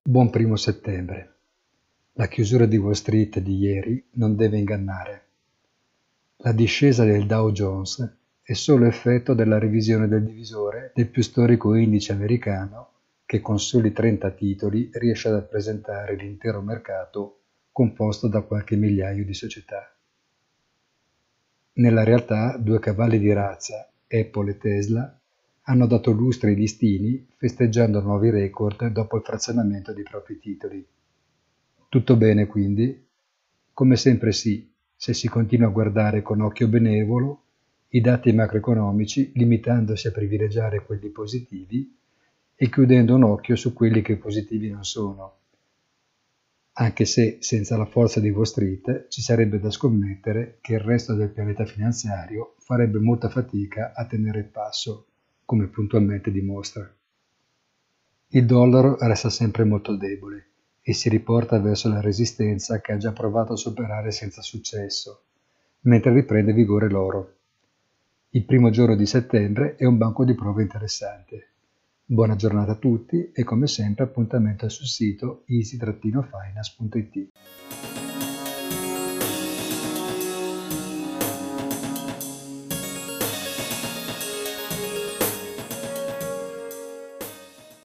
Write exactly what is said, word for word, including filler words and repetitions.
Buon primo settembre. La chiusura di Wall Street di ieri non deve ingannare. La discesa del Dow Jones è solo effetto della revisione del divisore del più storico indice americano che con soli trenta titoli riesce a rappresentare l'intero mercato composto da qualche migliaio di società. Nella realtà due cavalli di razza, Apple e Tesla, hanno dato lustro ai listini festeggiando nuovi record dopo il frazionamento dei propri titoli. Tutto bene quindi? Come sempre sì, se si continua a guardare con occhio benevolo i dati macroeconomici limitandosi a privilegiare quelli positivi e chiudendo un occhio su quelli che positivi non sono, anche se senza la forza di Wall Street ci sarebbe da scommettere che il resto del pianeta finanziario farebbe molta fatica a tenere il passo, come puntualmente dimostra. Il dollaro resta sempre molto debole e si riporta verso la resistenza che ha già provato a superare senza successo, mentre riprende vigore l'oro. Il primo giorno di settembre è un banco di prova interessante. Buona giornata a tutti e come sempre appuntamento sul sito easy finance punto it.